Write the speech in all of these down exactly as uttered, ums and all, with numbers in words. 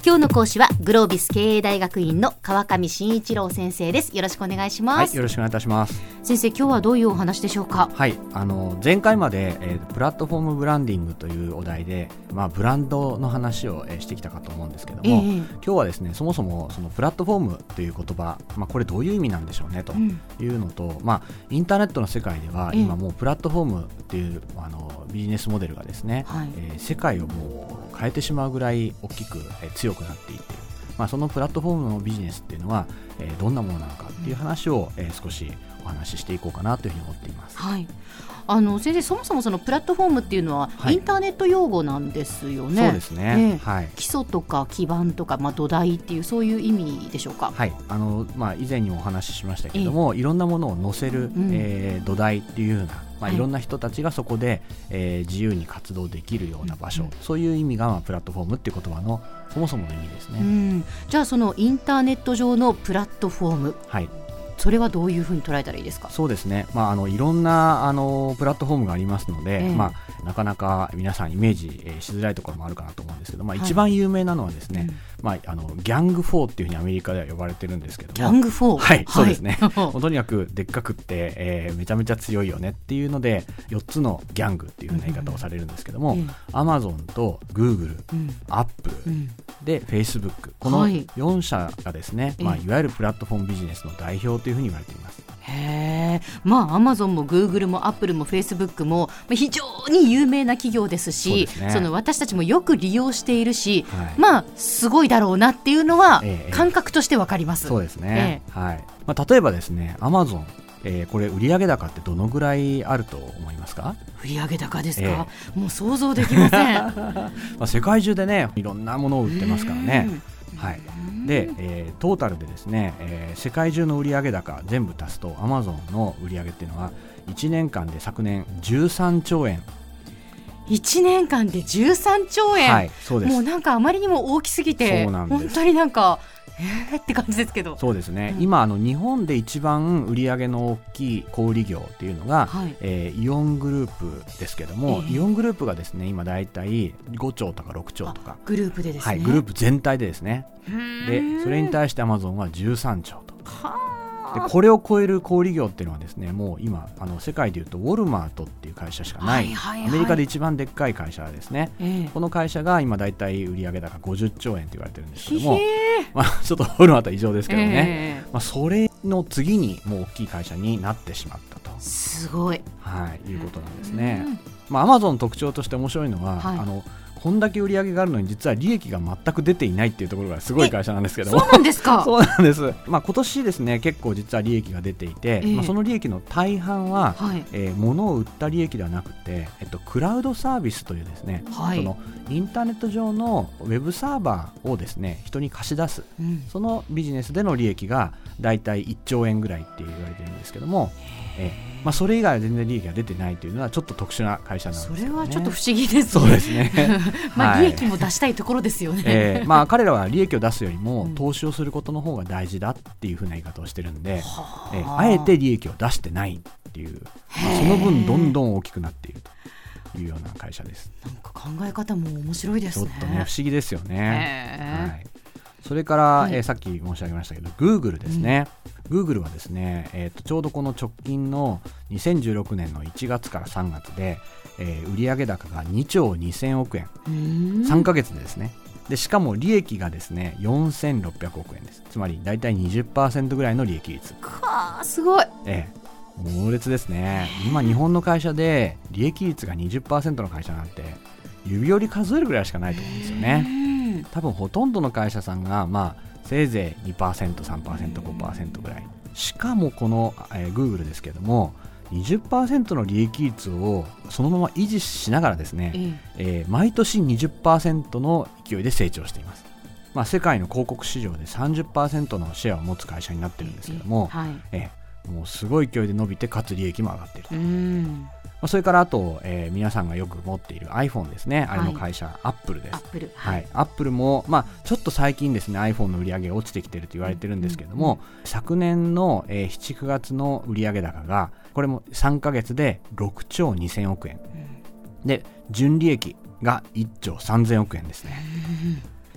今日の講師はグロービス経営大学院の川上真一郎先生です。よろしくお願いします。 はい、よろしくお願いいたします。 先生、今日はどういうお話でしょうか？ はい、あの前回まで、えー、プラットフォームブランディングというお題で、まあ、ブランドの話を、えー、してきたかと思うんですけども、えー、今日はですね、そもそもそのプラットフォームという言葉、まあ、これどういう意味なんでしょうねというのと、うん、まあ、インターネットの世界では今もうプラットフォームっていうあのビジネスモデルがですね、はい、えー、世界をもう変えてしまうぐらい大きく、えー、強くなっていっている。まあ、そのプラットフォームのビジネスっていうのは、えー、どんなものなのかっていう話を、えー、少しお話ししていこうかなというふうに思っています。 はい、あの先生、そもそもそのプラットフォームっていうのは、はい、インターネット用語なんですよね。 そうですね、 えーはい、基礎とか基盤とか、まあ、土台っていうそういう意味でしょうか？ はい、あのまあ、以前にもお話ししましたけれども、えー、いろんなものを載せる、うんえー、土台っていうような、まあ、いろんな人たちがそこで、えー、自由に活動できるような場所、うん、そういう意味が、まあ、プラットフォームっていう言葉のそもそもの意味ですね。 うん、じゃあそのインターネット上のプラットフォーム、はい、それはどういうふうに捉えたらいいですか？ そうですね、まあ、あのいろんなあのプラットフォームがありますので、えーまあ、なかなか皆さんイメージ、えー、しづらいところもあるかなと思うんですけど、まあ、一番有名なのはですね、はい、まあ、あのギャングフォーっていうふうにアメリカでは呼ばれてるんですけども、 ギャングフォー、 はい、そうですねもうとにかくでっかくって、えー、めちゃめちゃ強いよねっていうのでよっつのギャングっていうふうな言い方をされるんですけども、アマゾンとグーグル、アップル、うん、でフェイスブック、このよん社がですね、はい、まあ、いわゆるプラットフォームビジネスの代表というふうに言われています。 へー、まあ、アマゾンもグーグルもアップルもフェイスブックも非常に有名な企業ですし、 そ, ね、その私たちもよく利用しているし、はい、まあすごいだろうなっていうのは感覚として分かります。 ええ、そうですね、ええ、はい、まあ、例えばですね、アマゾン、えー、これ売上高ってどのぐらいあると思いますか？ 売上高ですか、ええ、もう想像できませんまあ世界中でね、いろんなものを売ってますからね。はい、で、えー、トータルでですね、えー、世界中の売上高全部足すとアマゾンの売上っていうのはいちねんかんで昨年じゅうさんちょうえん。 いちねんかんでじゅうさんちょうえん、はい、そうです。もうなんかあまりにも大きすぎて、そうなんです。本当になんかえーって感じですけど。 そうですね、うん、今あの日本で一番売上の大きい小売業っていうのが、はい、えー、イオングループですけども、えー、イオングループがですね今だいたいごちょうとかろくちょうとか、 グループでですね、 はい、グループ全体でですね。でそれに対してアマゾンはじゅうさんちょうと。はでこれを超える小売業っていうのはですね、もう今あの世界でいうとウォルマートっていう会社しかない、はいはいはい、アメリカで一番でっかい会社ですね、えー、この会社が今だいたい売上高ごじゅっちょうえんと言われてるんですけども、まあ、ちょっとウォルマートは異常ですけどね、えーまあ、それの次にもう大きい会社になってしまったと、 すごい、 はい、いうことなんですね。まあ、アマゾンの特徴として面白いのは、はい、あのこんだけ売り上げがあるのに実は利益が全く出ていないっていうところがすごい会社なんですけども。 そうなんですか？ そうなんです、まあ、今年ですね結構実は利益が出ていて、えーまあ、その利益の大半は、はい、えー、物を売った利益ではなくて、えっと、クラウドサービスというですね、はい、そのインターネット上のウェブサーバーをですね人に貸し出す、うん、そのビジネスでの利益がだいたいいっちょうえんぐらいって言われてるんですけども、えーまあ、それ以外は全然利益が出てないというのはちょっと特殊な会社なんですよね。 それはちょっと不思議ですね。 そうですねまあ利益も出したいところですよね、 えーまあ、彼らは利益を出すよりも投資をすることの方が大事だっていうふうな言い方をしてるんで、うん、えー、あえて利益を出してないっていう、まあ、その分どんどん大きくなっているというような会社です。 なんか考え方も面白いですね。 ちょっとね不思議ですよね、はい、それから、はい、えー、さっき申し上げましたけど Google ですね、うん、Google はですね、えー、とちょうどこの直近のにせんじゅうろくねんのいちがつからさんがつで、えー、売上高がにちょうにせんおくえん、さんかげつでですね。でしかも利益がですねよんせんろっぴゃくおくえんです。つまりだいたい にじゅっパーセント ぐらいの利益率。 かー、すごい、 えー、猛烈ですね。今日本の会社で利益率が にじゅっパーセント の会社なんて指折り数えるぐらいしかないと思うんですよね。多分ほとんどの会社さんが、まあ、せいぜい にパーセント、さんパーセント、ごパーセント ぐらい。しかもこの、えー、Google ですけども にじゅっパーセント の利益率をそのまま維持しながらですね、うんえー、毎年 にじゅっパーセント の勢いで成長しています。まあ、世界の広告市場で さんじゅっパーセント のシェアを持つ会社になってるんですけども、はい、えー、もうすごい勢いで伸びてかつ利益も上がっていると。うんまあ、それからあと、えー、皆さんがよく持っている iPhone ですね、はい、あれの会社 Apple です。 Apple、 はい、Apple も、まあ、ちょっと最近ですね iPhone の売り上げが落ちてきていると言われてるんですけども、うんうんうん、昨年の、えー、しち、くがつの売上高がこれもさんかげつでろくちょうにせんおくえん、うん、で純利益がいっちょうさんぜんおくえんですね。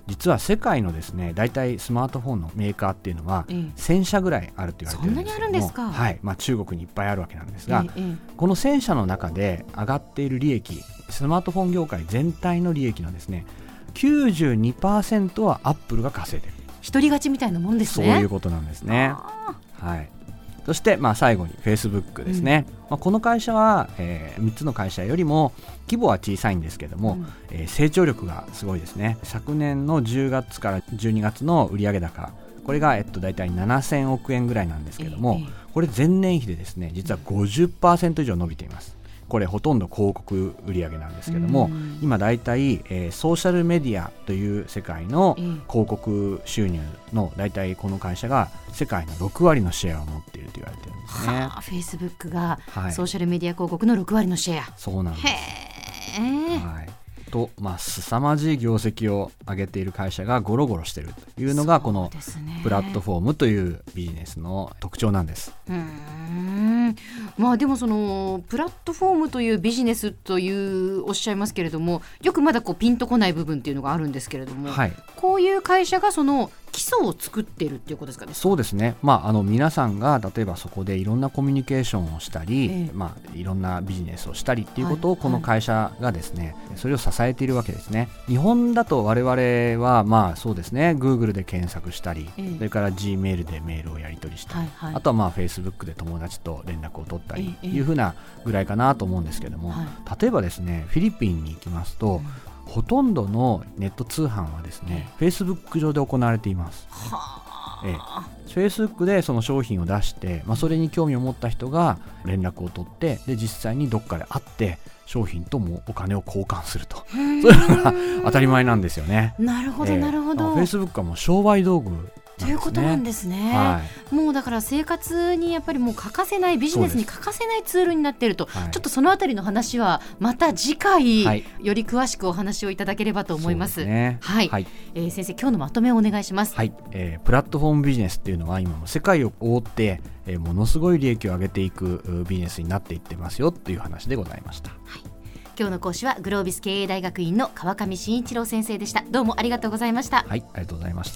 実は世界のですねだいたいスマートフォンのメーカーっていうのはせんしゃぐらいあると言われてるんですけども、 そんなにあるんですか。 はい、まあ、中国にいっぱいあるわけなんですが、 ええ、 このせんしゃの中で上がっている利益、スマートフォン業界全体の利益のですね きゅうじゅうにパーセント はアップルが稼いでる。 一人勝ちみたいなもんですね。 そういうことなんですね。はい、そしてまあ最後に Facebook ですね、うんまあ、この会社は、えー、みっつの会社よりも規模は小さいんですけども、うんえー、成長力がすごいですね。昨年のじゅうがつからじゅうにがつの売上高、これが、えっと、大体ななせんおくえんぐらいなんですけども、えー、これ前年比でですね実は ごじゅっパーセント 以上伸びています。これほとんど広告売上なんですけども、今だいたい、えー、ソーシャルメディアという世界の広告収入のだいたいこの会社が世界のろくわりのシェアを持っていると言われているんですね。 はあ、Facebook がソーシャルメディア広告のろくわりのシェア、はい、 そうなんです。 へー、 はいとまあ、凄まじい業績を上げている会社がゴロゴロしているというのがこのプラットフォームというビジネスの特徴なんです。 うーん、まあ、でもそのプラットフォームというビジネスというおっしゃいますけれども、よくまだこうピンとこない部分っていうのがあるんですけれども、はい、こういう会社がその基礎を作っているっていうことですかね。 そうですね、まあ、あの皆さんが例えばそこでいろんなコミュニケーションをしたり、ええまあ、いろんなビジネスをしたりっていうことをこの会社がですね、はいはい、それを支えているわけですね。日本だと我々はまあそうですね Google で検索したり、ええ、それから Gmail でメールをやり取りしたり、はいはい、あとはまあ Facebook で友達と連絡を取ったりっていうふうなぐらいかなと思うんですけども、はい、例えばですねフィリピンに行きますと、うんほとんどのネット通販はですね、ええ、Facebook 上で行われています。はええ、Facebook でその商品を出して、まあ、それに興味を持った人が連絡を取ってで実際にどっかで会って商品ともお金を交換すると、そういうのが当たり前なんですよね。 なるほど、ええ、なるほど。 Facebook はもう商売道具ということなんですね、はい、もうだから生活にやっぱりもう欠かせない、ビジネスに欠かせないツールになっていると、はい、ちょっとそのあたりの話はまた次回、はい、より詳しくお話をいただければと思います。そうですね、はいはいえー、先生今日のまとめをお願いします。 はい、えー、プラットフォームビジネスっていうのは今も世界を覆って、えー、ものすごい利益を上げていくビジネスになっていってますよという話でございました。はい、 今日の講師はグロービス経営大学院の川上真一郎先生でした。どうもありがとうございました。 はい、ありがとうございました。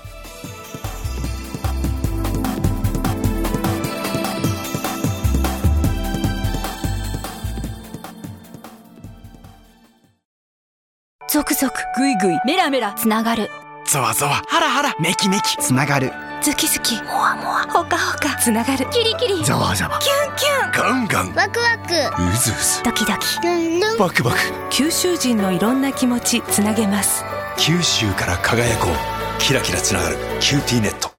ゾクゾクグイグイメラメラつながる、 ゾワゾワハラハラメキメキつながる、 ズキズキモワモワホカホカつながる、キリキリザワザワキュンキュンガンガンワクワクウズウズドキドキルンルンバクバク、 九州人のいろんな気持ちつなげます。 九州から輝こう、キラキラつながるキューティーネット。